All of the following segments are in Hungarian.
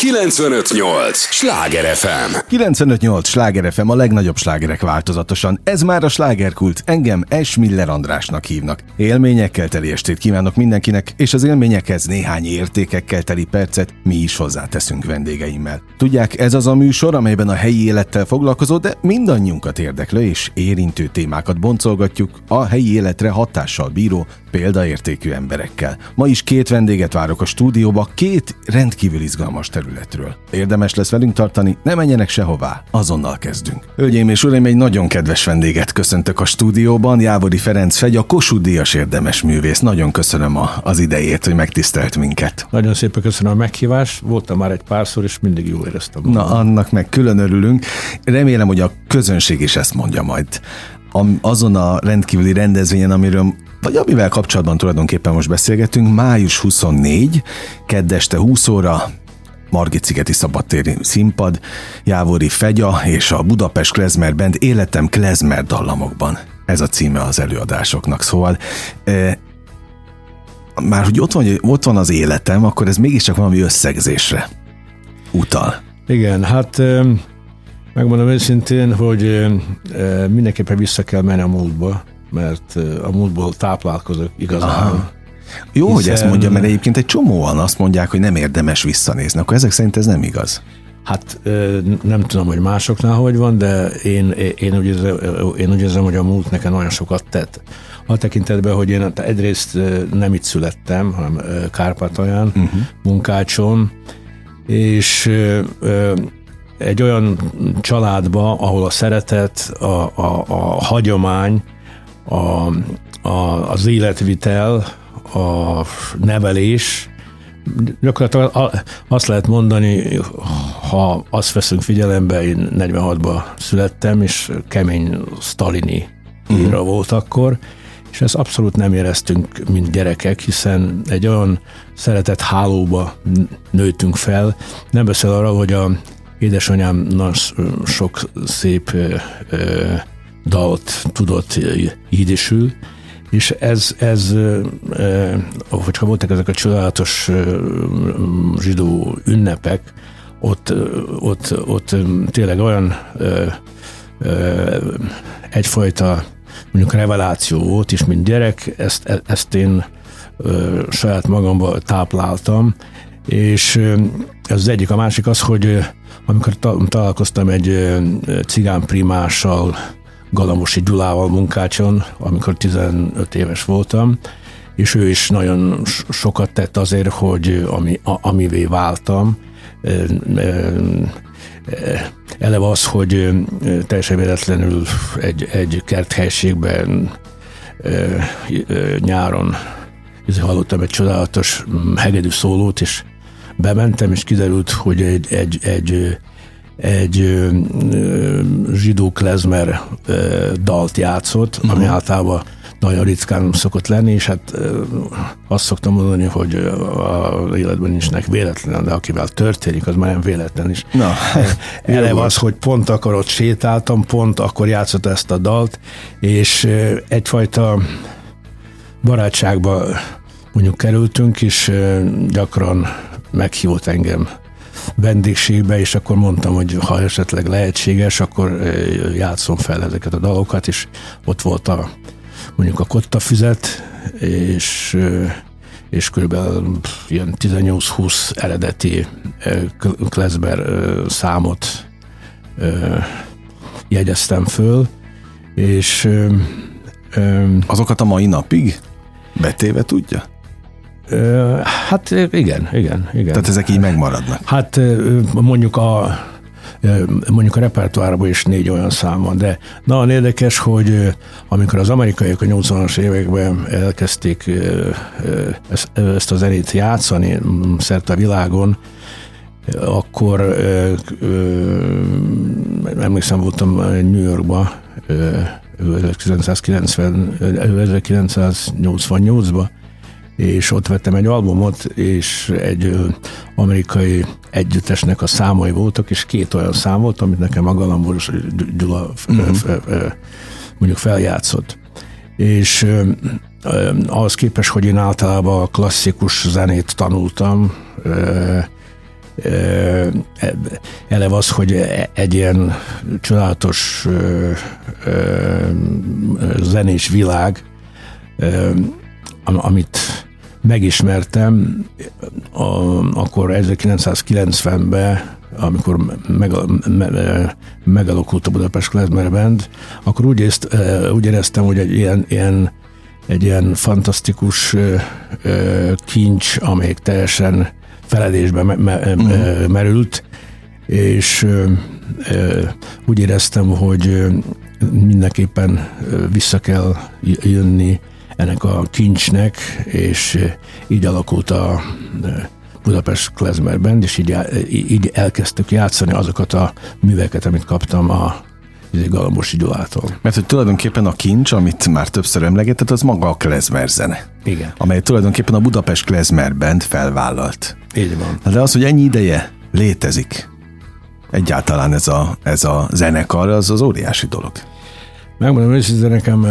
95.8 Sláger FM. 95.8 Sláger FM, a legnagyobb slágerek változatosan. Ez már a slágerkult. Engem S. Miller Andrásnak hívnak. Élményekkel teli estét kívánok mindenkinek, és az élményekhez néhány értékekkel teli percet mi is hozzáteszünk vendégeimmel. Tudják, ez az a műsor, amelyben a helyi élettel foglalkozó, de mindannyiunkat érdeklő és érintő témákat boncolgatjuk a helyi életre hatással bíró, példaértékű emberekkel. Ma is 2 vendéget várok a stúdióba, 2 rendkívül izgalmas területről. Érdemes lesz velünk tartani, ne menjenek sehová, azonnal kezdünk. Hölgyeim és uraim, egy nagyon kedves vendéget köszöntök a stúdióban, Jávori Ferenc Fegy, a Kossuth Díjas érdemes művész. Nagyon köszönöm az idejét, hogy megtisztelt minket. Nagyon szépen köszönöm a meghívást, voltam már egy párszor, és mindig jól éreztem. Na, annak meg külön örülünk. Remélem, hogy a közönség is ezt mondja majd. Azon a rendkívüli rendezvényen, amivel kapcsolatban tulajdonképpen most beszélgetünk, május 24, kedd este 20 óra, Margit-szigeti szabadtéri színpad, Jávori Fegya és a Budapest Klezmer Band Életem klezmer dallamokban. Ez a címe az előadásoknak, szóval már hogy ott van az életem, akkor ez mégiscsak valami összegzésre utal. Igen, hát megmondom őszintén, hogy mindenképpen vissza kell menni a múltba, mert a múltból táplálkozok igazán. Aha. Jó, hogy ezt mondja, mert egyébként egy csomóan azt mondják, hogy nem érdemes visszanézni. Akkor ezek szerint ez nem igaz. Hát nem tudom, hogy másoknál hogy van, de én úgy érzem, hogy a múlt nekem nagyon sokat tett. A tekintetben, hogy én egyrészt nem itt születtem, hanem Kárpátalján, Munkácson, és egy olyan családba, ahol a szeretet, a hagyomány, az életvitel, a nevelés, gyakorlatilag azt lehet mondani, ha azt veszünk figyelembe, én 46-ban születtem, és kemény sztalini éra volt akkor, és ezt abszolút nem éreztünk, mint gyerekek, hiszen egy olyan szeretett hálóba nőttünk fel. Nem beszél arra, hogy a édesanyám nagyon sok szép dalt tudott jiddisül, és ez hogyha voltak ezek a csodálatos zsidó ünnepek, ott tényleg olyan egyfajta mondjuk reveláció volt, és mint gyerek ezt én saját magamban tápláltam, és ez az egyik. A másik az, hogy amikor találkoztam egy cigánprimással, Galamosi Gyulával Munkácson, amikor 15 éves voltam, és ő is nagyon sokat tett azért, hogy amivé váltam. Eleve az, hogy teljesen véletlenül egy kerthelységben nyáron hallottam egy csodálatos hegedű szólót, és bementem, és kiderült, hogy egy zsidó klezmer dalt játszott, ami általában nagyon ritkán szokott lenni, és hát azt szoktam mondani, hogy az életben nincsnek véletlen, de akivel történik, az már nem véletlen is. Eleve az, hogy pont akkor ott sétáltam, pont akkor játszott ezt a dalt, és egyfajta barátságba mondjuk kerültünk, és gyakran meghívott engem vendégségbe, és akkor mondtam, hogy ha esetleg lehetséges, akkor játszom fel ezeket a dalokat, és ott volt mondjuk a kottafüzet, és körülbelül ilyen 18-20 eredeti klezmer számot jegyeztem föl, és azokat a mai napig betéve tudja? Hát igen. Tehát ezek így megmaradnak? Hát mondjuk a repertoárban is 4 olyan szám van, de nagyon érdekes, hogy amikor az amerikaiak a 80-as években elkezdték ezt a zenét játszani szerte a világon, akkor emlékszem, voltam New Yorkba 1988-ban, és ott vettem egy albumot, és egy amerikai együttesnek a számai voltak, és 2 olyan szám volt, amit nekem a Galambos Gyula mondjuk feljátszott. És ahhoz képest, hogy én általában a klasszikus zenét tanultam, eleve az, hogy egy ilyen csodálatos zenés világ, amit megismertem, akkor 1990-ben, amikor megalakult a Budapest Klezmer Band, akkor úgy éreztem, hogy egy ilyen fantasztikus kincs, amelyik teljesen feledésbe merült, és úgy éreztem, hogy mindenképpen vissza kell jönni ennek a kincsnek, és így alakult a Budapest Klezmer Band, és így elkezdtük játszani azokat a műveket, amit kaptam a Galambosi Gyulától. Mert hogy tulajdonképpen a kincs, amit már többször emlegetett, az maga a klezmer zene. Igen. Amely tulajdonképpen a Budapest Klezmer Band felvállalt. Így van. De az, hogy ennyi ideje létezik egyáltalán ez a zenekar, az óriási dolog. Megmondom őszintén, nekem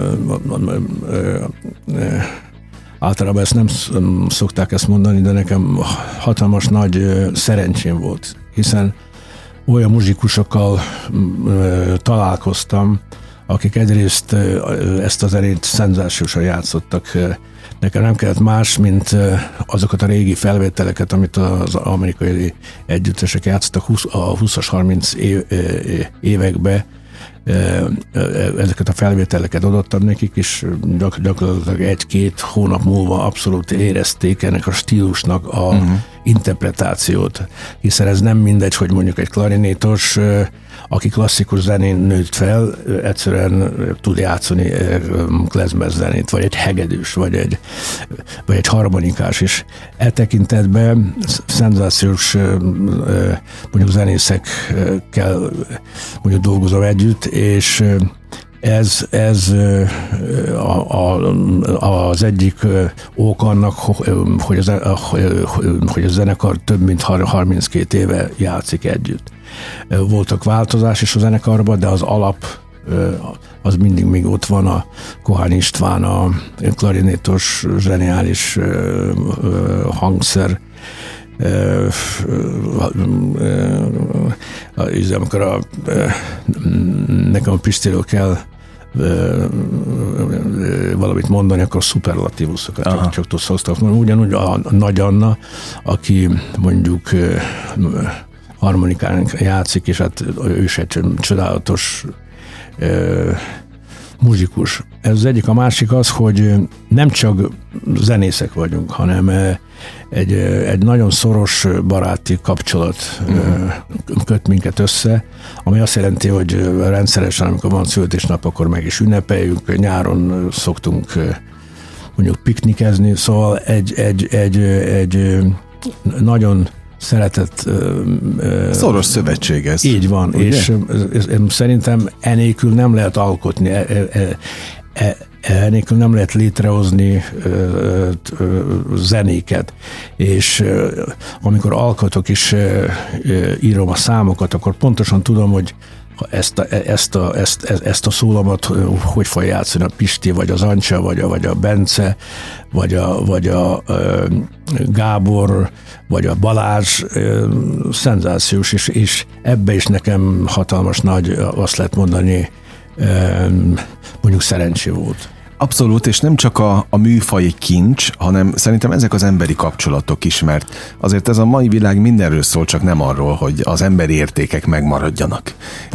általában ezt nem szokták ezt mondani, de nekem hatalmas nagy szerencsém volt, hiszen olyan muzsikusokkal találkoztam, akik egyrészt ezt a zenét szenzációsan játszottak. Nekem nem kellett más, mint azokat a régi felvételeket, amit az amerikai együttesek játszottak a 20-as, 30 években. Ezeket a felvételeket adottam nekik, és gyakorlatilag 1-2 hónap múlva abszolút érezték ennek a stílusnak a interpretációt, hiszen ez nem mindegy, hogy mondjuk egy klarinétos, aki klasszikus zenén nőtt fel, egyszerűen tud játszani klezmer zenét, vagy egy hegedűs, vagy egy harmonikás is. E tekintetben szenzációs mondjuk zenészekkel mondjuk dolgozom együtt, és ez az egyik ok annak, hogy a zenekar több mint 32 éve játszik együtt. Voltak változás is a zenekarban, de az alap az mindig még ott van, a Kohán István, a klarinétos, zseniális hangszer, amikor nekem a Pistiről kell valamit mondani, akkor szuperlatívuszokat csak tudsz mondani. Ugyanúgy a Nagy Anna, aki mondjuk harmonikán játszik, és hát ő is egy csodálatos muzsikus. Ez az egyik. A másik az, hogy nem csak zenészek vagyunk, hanem egy nagyon szoros baráti kapcsolat köt minket össze, ami azt jelenti, hogy rendszeresen, amikor van születésnap, akkor meg is ünnepeljük, nyáron szoktunk mondjuk piknikezni, szóval egy nagyon szeretett... Szoros szövetség ez. Így van, ugye? És szerintem enélkül nem lehet alkotni, enélkül nem lehet létrehozni zenéket, és amikor alkotok és írom a számokat, akkor pontosan tudom, hogy ezt a szólamot hogy fog játszani a Pisti, vagy az Ancsa, vagy a Bence, vagy a Gábor, vagy a Balázs, szenzációs, és ebbe is nekem hatalmas nagy, azt lehet mondani, mondjuk szerencsé volt. Abszolút, és nem csak a műfai kincs, hanem szerintem ezek az emberi kapcsolatok is, mert azért ez a mai világ mindenről szól, csak nem arról, hogy az emberi értékek megmaradjanak.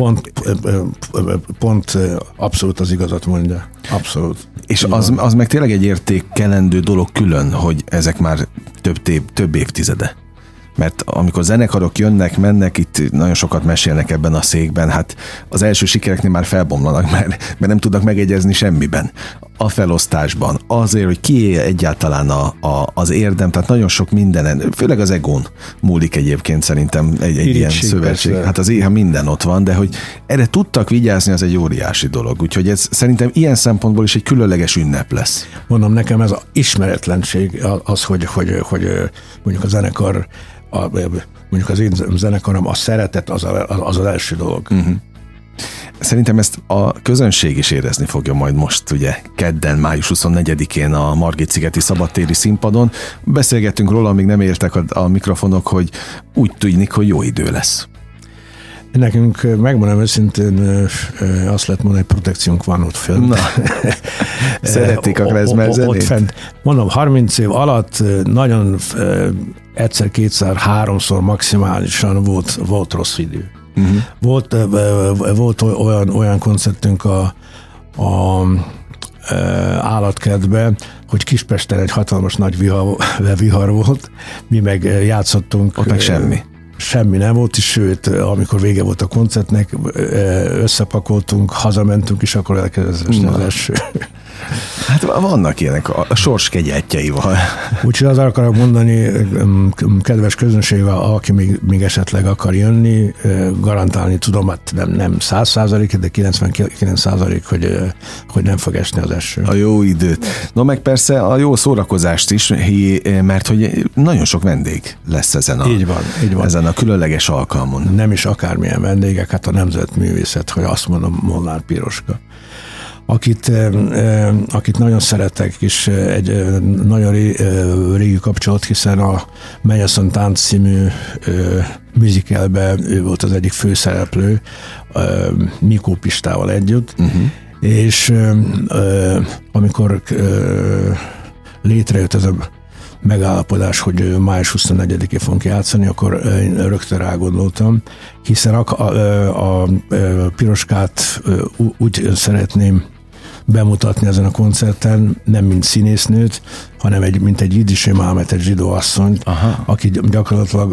Pont abszolút az igazat mondja. Abszolút. És az meg tényleg egy értékelendő dolog külön, hogy ezek már több évtizede. Mert amikor zenekarok jönnek, mennek, itt nagyon sokat mesélnek ebben a székben, hát az első sikereknél már felbomlanak, mert nem tudnak megegyezni semmiben. A felosztásban, azért, hogy kié egyáltalán az érdem, tehát nagyon sok mindenen, főleg az egón múlik egyébként szerintem egy ilyen szövetség. Persze. Hát az minden ott van, de hogy erre tudtak vigyázni, az egy óriási dolog. Úgyhogy ez szerintem ilyen szempontból is egy különleges ünnep lesz. Mondom, nekem ez az ismeretlenség, az, hogy mondjuk a zenekar, mondjuk az én zenekarom, a szeretet az az első dolog. Uh-huh. Szerintem ezt a közönség is érezni fogja majd most, ugye kedden, május 24-én a Margit-szigeti szabadtéri színpadon. Beszélgettünk róla, amíg nem értek a mikrofonok, hogy úgy tűnik, hogy jó idő lesz. Nekünk, megmondom őszintén, azt lehet mondani, hogy protekciónk van ott fönt. Na, szeretik a klezmer zenét? Ott fent. Mondom, 30 év alatt nagyon egyszer, kétszer, háromszor maximálisan volt rossz idő. Volt olyan koncertünk a állatkertben, hogy Kispesten egy hatalmas nagy vihar volt, mi meg játszottunk. Ott meg semmi. Semmi nem volt, és sőt, amikor vége volt a koncertnek, összepakoltunk, hazamentünk, és akkor elkezdett az eső. Hát vannak ilyenek a sors kegyeltjeival. Úgyhogy az akarok mondani, kedves közönség, aki még esetleg akar jönni, garantálni tudom, hát nem 100%, de 99%, hogy nem fog esni az eső. A jó időt. No meg persze a jó szórakozást is, mert hogy nagyon sok vendég lesz ezen így van. Ezen a különleges alkalmon. Nem is akármilyen vendégek, hát a nemzetművészet, hogy azt mondom, Molnár Piroska. Akit nagyon szeretek, és egy nagyon régi kapcsolat, hiszen a Mennyasszony tánc című musicalben ő volt az egyik főszereplő, Mikó Pistával együtt, és amikor létrejött ez a megállapodás, hogy május 24-én fogunk játszani, akkor én rögtön rágondoltam, hiszen a Piroskát úgy szeretném bemutatni ezen a koncerten, nem mint színésznőt, hanem mint egy jiddisé mámet, zsidó asszonyt, aki gyakorlatilag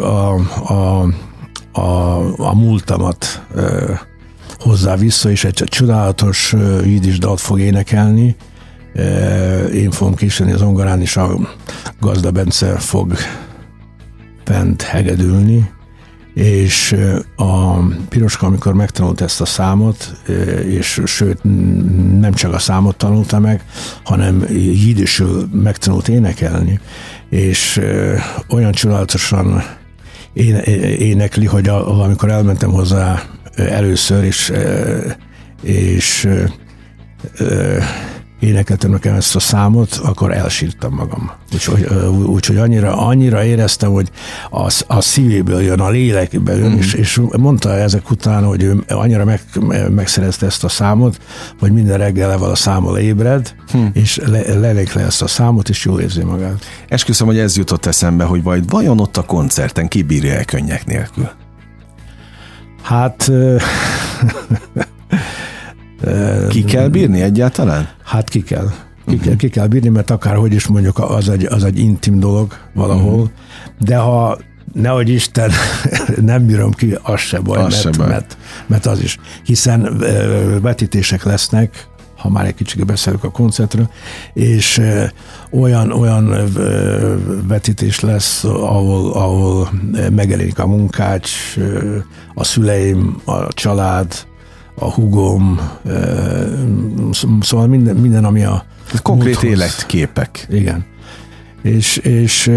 a múltamat hozzá vissza, és egy csodálatos jiddis dalt fog énekelni. Én fogom kísérni az zongorán, és a Gazda Bence fog bent hegedülni, és a Piroska, amikor megtanult ezt a számot, és sőt, nem csak a számot tanulta meg, hanem jiddisül megtanult énekelni, és olyan csodálatosan énekli, hogy amikor elmentem hozzá először, és énekeltem nekem ezt a számot, akkor elsírtam magam. Úgyhogy annyira éreztem, hogy a szívéből jön, a lélekből jön, és mondta ezek után, hogy ő annyira megszerezte ezt a számot, hogy minden reggel level a számmal ébred, és lelékle ezt a számot, és jól érzi magát. Esküszöm, hogy ez jutott eszembe, hogy vajon ott a koncerten kibírja-e könnyek nélkül? Hát... Ki kell bírni egyáltalán? Hát ki kell bírni, mert akárhogy is mondjuk az egy intim dolog valahol, de ha nehogy Isten nem bírom ki, az se baj, mert az is. Hiszen vetítések lesznek, ha már egy kicsit beszélünk a koncertről, és olyan vetítés lesz, ahol megjelenik a munkács, a szüleim, a család, a húgom, szóval minden, ami a konkrét életképek. Igen. És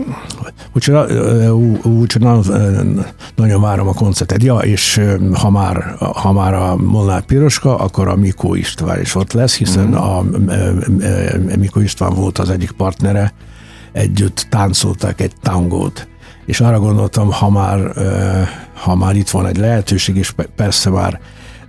úgyhogy nagyon várom a koncertet. Ja, és ha már a Molnár Piroska, akkor a Mikó István is ott lesz, hiszen a Mikó István volt az egyik partnere, együtt táncoltak egy tangót. És arra gondoltam, ha már itt van egy lehetőség, és persze már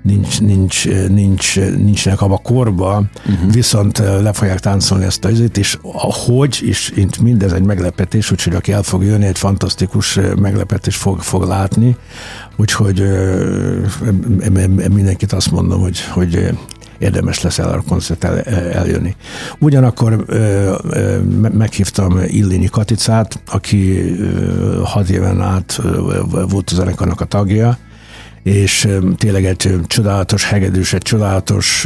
nincsenek abba a korba, viszont le fogják táncolni ezt az időt, és és mindez egy meglepetés, úgyhogy aki el fog jönni, egy fantasztikus meglepetés fog látni, úgyhogy mindenkit azt mondom, hogy érdemes lesz el a koncertre eljönni. Ugyanakkor meghívtam Illényi Katicát, aki 6 éven át volt a zenekarnak a tagja, és tényleg egy csodálatos hegedűs, egy csodálatos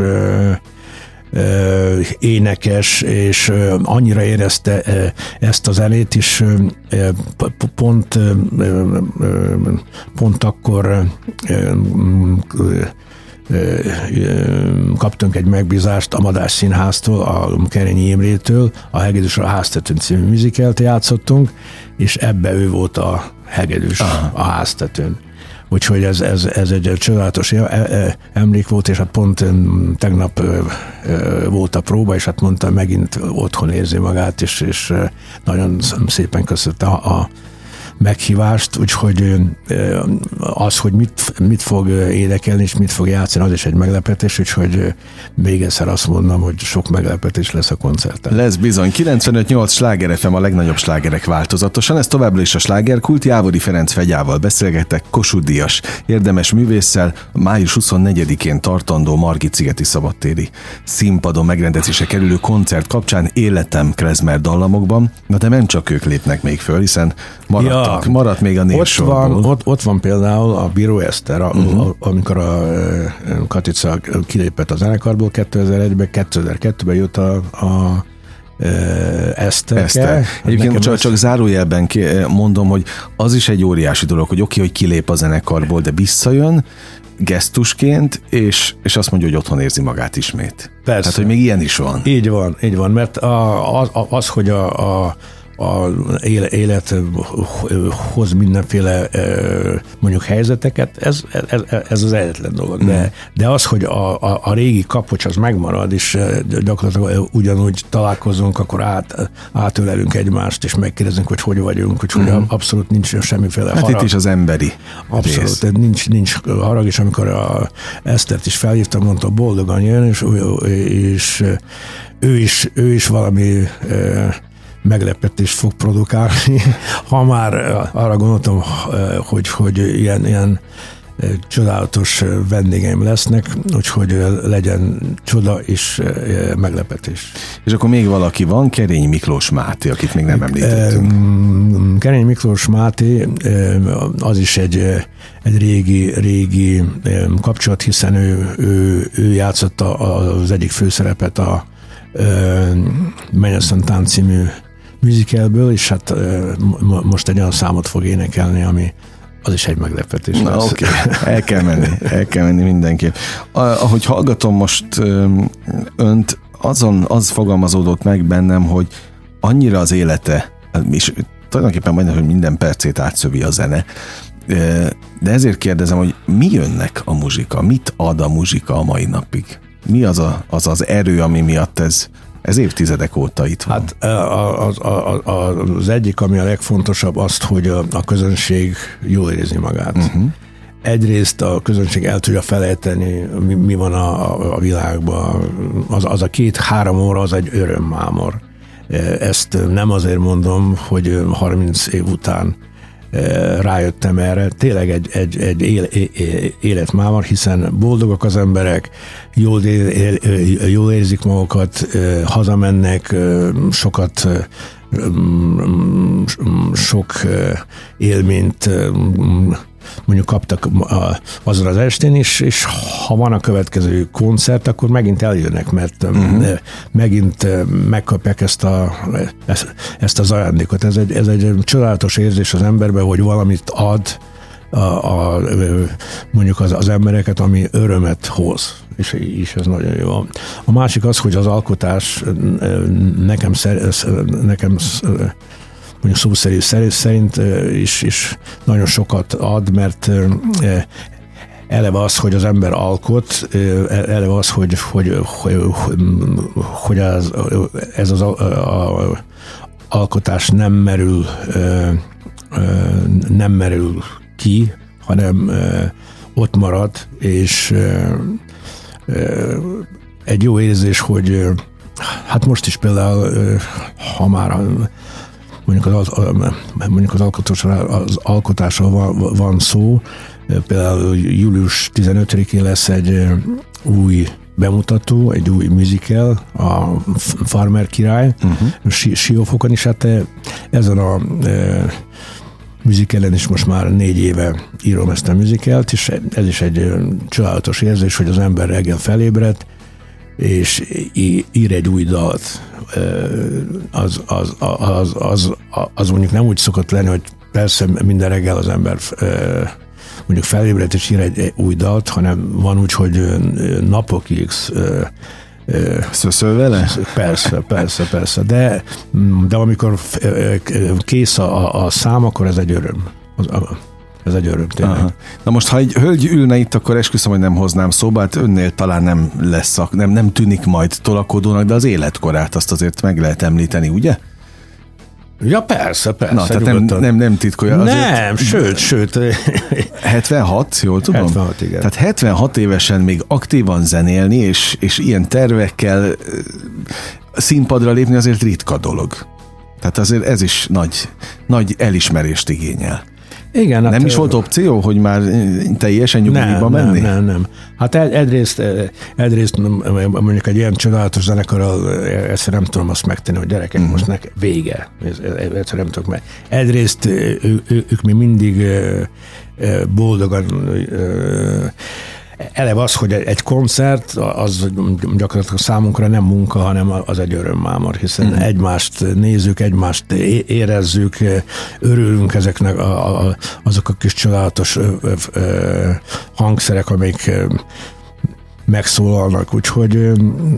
énekes, és annyira érezte ezt a zenét is, pont akkor kaptunk egy megbízást a Madás Színháztól, a Kerényi Imrétől, a Hegedűs a háztetőn című musicalt játszottunk, és ebbe ő volt a hegedűs a háztetőn. Úgyhogy ez egy csodálatos emlék volt, és hát pont tegnap volt a próba, és hát mondta, megint otthon érzi magát, és nagyon szépen köszönte a meghívást, úgyhogy az, hogy mit fog énekelni és mit fog játszani, az is egy meglepetés, úgyhogy még egyszer azt mondom, hogy sok meglepetés lesz a koncerten. Lesz bizony. 95.8 Sláger FM, a legnagyobb slágerek változatosan. Ez továbbra is a Slágerkult. Jávori Ferenc Fegyával beszélgettek, Kossuth Díjas érdemes művésszel, május 24-én tartandó Margit-szigeti szabadtéri színpadon megrendezésre kerülő koncert kapcsán Életem klezmer dallamokban. Na de nem csak ők lépnek még föl, hiszen maradt még a névsorból. Ott van például a Bíró Eszter, amikor a Katica kilépett a zenekarból 2001-ben, 2002-ben jött a Eszter. Egyébként csak zárójelben mondom, hogy az is egy óriási dolog, hogy oké, hogy kilép a zenekarból, de visszajön gesztusként, és azt mondja, hogy otthon érzi magát ismét. Persze. Tehát, hogy még ilyen is van. Így van, mert az, hogy a élet hoz mindenféle mondjuk helyzeteket, ez az egyetlen dolog. De az, hogy a régi kapocs az megmarad, és gyakorlatilag ugyanúgy találkozunk, akkor átölelünk egymást, és megkérdezünk, hogy vagyunk, úgyhogy abszolút nincs semmiféle harag. Hát itt is az emberi abszolút, nincs harag, és amikor Esztert is felhívtam, mondta, boldogan jön, és ő is valami meglepetést fog produkálni. Ha már arra gondoltam, hogy ilyen csodálatos vendégeim lesznek, úgyhogy legyen csoda és meglepetés. És akkor még valaki van, Kerény Miklós Máté, akit még nem említettünk. Kerény Miklós Máté, az is egy régi kapcsolat, hiszen ő játszotta az egyik főszerepet a Mennyorszán tánc című musicalből, és hát most egy olyan számot fog énekelni, ami az is egy meglepetés lesz. Oké. El kell menni mindenképp. Ahogy hallgatom most önt, az fogalmazódott meg bennem, hogy annyira az élete, és tulajdonképpen majdnem, hogy minden percét átszövi a zene, de ezért kérdezem, hogy mi önnek a muzsika? Mit ad a muzsika a mai napig? Mi az erő, ami miatt ez évtizedek óta itt van? Hát az egyik, ami a legfontosabb, azt, hogy a közönség jól érzi magát. Egyrészt a közönség el tudja felejteni, mi van a világban. Az a 2-3 óra az egy örömmámor. Ezt nem azért mondom, hogy 30 év után rájöttem erre. Tényleg egy életmámor, hiszen boldogok az emberek, jól érzik magukat, hazamennek, sok élményt mondjuk kaptak azon az estén is, és ha van a következő koncert, akkor megint eljönnek, mert megint megkapják ezt az ajándékot. Ez egy csodálatos érzés az emberben, hogy valamit ad mondjuk az embereket, ami örömet hoz. És ez nagyon jó. A másik az, hogy az alkotás nekem mondjuk szószerű szerint is nagyon sokat ad, mert eleve az, hogy az ember alkot, eleve az, hogy ez az alkotás nem merül ki, hanem ott marad, és egy jó érzés, hogy hát most is például, ha már mondjuk az alkotásról van szó, például július 15-én lesz egy új bemutató, egy új musical, a Farmer király, Siófokon is, hát ezen a musicalen is most már 4 éve írom ezt a musicalt, és ez is egy csodálatos érzés, hogy az ember reggel felébred, és ír egy új dalt. Az mondjuk nem úgy szokott lenni, hogy persze minden reggel az ember mondjuk felébred és ír egy új dalt, hanem van úgy, hogy napokig szöszöl vele? Persze. De amikor kész a szám, akkor ez egy öröm. Ez egy öröm tényleg. Aha. Na most, ha egy hölgy ülne itt, akkor esküszöm, hogy nem hoznám szóba, hát önnél talán nem lesz, nem tűnik majd tolakodónak, de az életkorát azt azért meg lehet említeni, ugye? Ja, persze. Na, tehát nem titkolja. Nem, sőt. 76, jól tudom? 76, igen. Tehát 76 évesen még aktívan zenélni, és ilyen tervekkel színpadra lépni azért ritka dolog. Tehát azért ez is nagy elismerést igényel. Igen, nem is volt opció, hogy már teljesen nyugdíjba menni? Nem. Hát egyrészt mondjuk egy ilyen csodálatos zenekarral ezt nem tudom azt megtenni, hogy gyerekek, most vége. Ezt nem tudok meg. Egyrészt ők mi mindig boldogan eleve az, hogy egy koncert, az gyakorlatilag számunkra nem munka, hanem az egy örömmámor, hiszen egymást nézzük, egymást érezzük, örülünk ezeknek azok a kis csodálatos hangszerek, amik megszólalnak, úgyhogy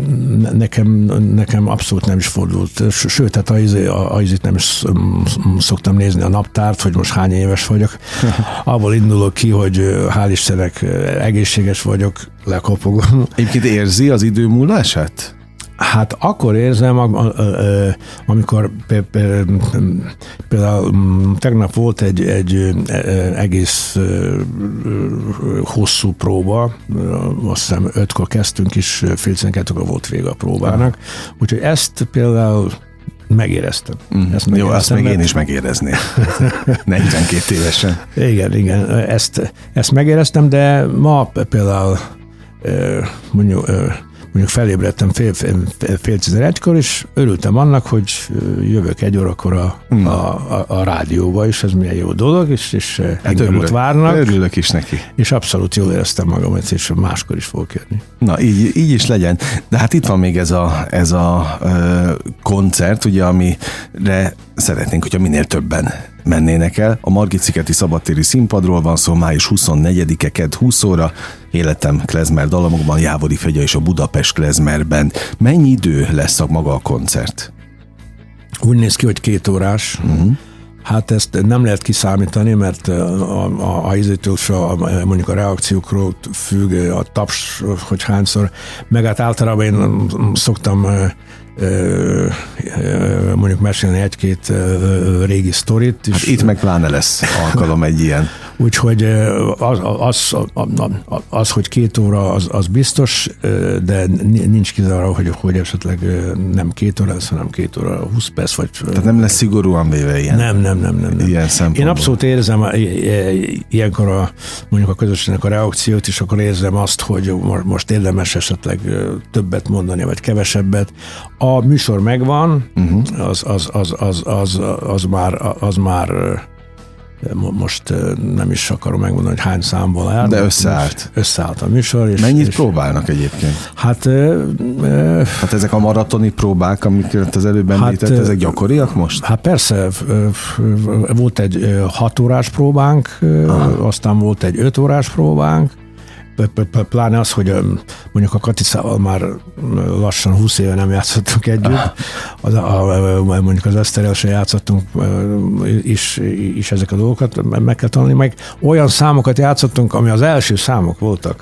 nekem abszolút nem is fordult. Sőt, hát itt nem is szoktam nézni a naptárt, hogy most hány éves vagyok. Abból indulok ki, hogy hál' Istennek egészséges vagyok, lekopogom. Egyébként érzi az idő múlását? Hát akkor érzem, amikor például tegnap volt egy egész hosszú próba, azt hiszem 5-kor kezdtünk is, fél 12-kor volt vége a próbának, úgyhogy ezt például megéreztem. Jó, azt még én is megérezném. 42 évesen. Igen, ezt megéreztem, de ma például mondjuk felébredtem fél 11-kor, és örültem annak, hogy jövök 1 órakor a rádióba, és ez milyen jó dolog, és engem ott várnak. Örülök is neki. És abszolút jól éreztem magam, és máskor is fogok jönni. Na, így is legyen. De hát itt van még ez a koncert, ugye, amire szeretnénk, hogyha minél többen mennének el. A Margit-szigeti szabadtéri színpadról van szó, május 24-e kedd 20 óra, Életem klezmer dallamokban, Jávori Fegya és a Budapest Klezmerben. Mennyi idő lesz maga a koncert? Úgy néz ki, hogy 2 órás. Hát ezt nem lehet kiszámítani, mert mondjuk a reakciókról függ, a taps, hogy hányszor, meg hát általában én szoktam mondjuk mesélni 1-2 régi sztorit. Hát itt meg pláne lesz alkalom egy ilyen. Úgyhogy az, hogy 2 óra, az biztos, de nincs kizárva, hogy esetleg nem 2 óra lesz, hanem 2 óra 20 perc. Tehát nem lesz szigorúan véve ilyen? Nem. Ilyen szempontból. Én abszolút érzem ilyenkor mondjuk a közösségnek a reakciót, és akkor érzem azt, hogy most érdemes esetleg többet mondani, vagy kevesebbet. A műsor megvan, az már most nem is akarom megmondani, hogy hány számból áll. De összeállt. Összeállt a műsor. Mennyit próbálnak egyébként? Hát ezek a maratoni próbák, amiket az előbb említett, ezek gyakoriak most? Hát persze, volt egy 6 órás próbánk, aztán volt egy 5 órás próbánk, pláne az, hogy mondjuk a Katicával már lassan 20 éve nem játszottunk együtt, mondjuk az Eszterrel se játszottunk is ezek a dolgokat, meg kell tanulni, meg olyan számokat játszottunk, ami az első számok voltak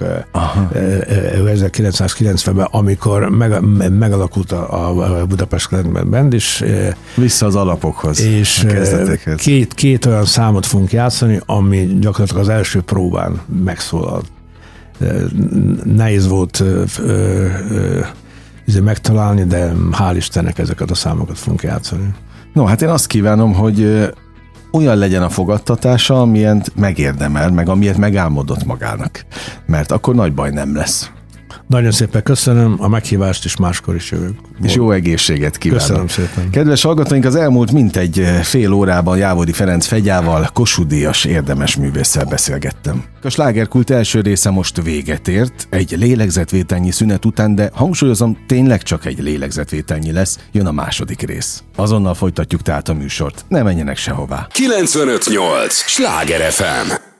1990-ben, amikor megalakult a Budapest Klezmer Band is. Vissza az alapokhoz, és a kezdetekhez. Két olyan számot fogunk játszani, ami gyakorlatilag az első próbán megszólalt. Nehéz volt megtalálni, de hál' Istennek ezeket a számokat fogunk játszani. No, hát én azt kívánom, hogy olyan legyen a fogadtatása, amilyet megérdemel, meg amilyet megálmodott magának. Mert akkor nagy baj nem lesz. Nagyon szépen köszönöm a meghívást, és máskor is jövök. És jó egészséget kívánok. Köszönöm szépen. Kedves hallgatóink, az elmúlt mintegy fél órában Jávori Ferenc Fegyával, Kossuth-díjas érdemes művésszel beszélgettem. A slágerkult első része most véget ért, egy lélegzetvételnyi szünet után, de hangsúlyozom, tényleg csak egy lélegzetvételnyi lesz, jön a második rész. Azonnal folytatjuk tehát a műsort. Ne menjenek sehová. 95.8 Sláger FM.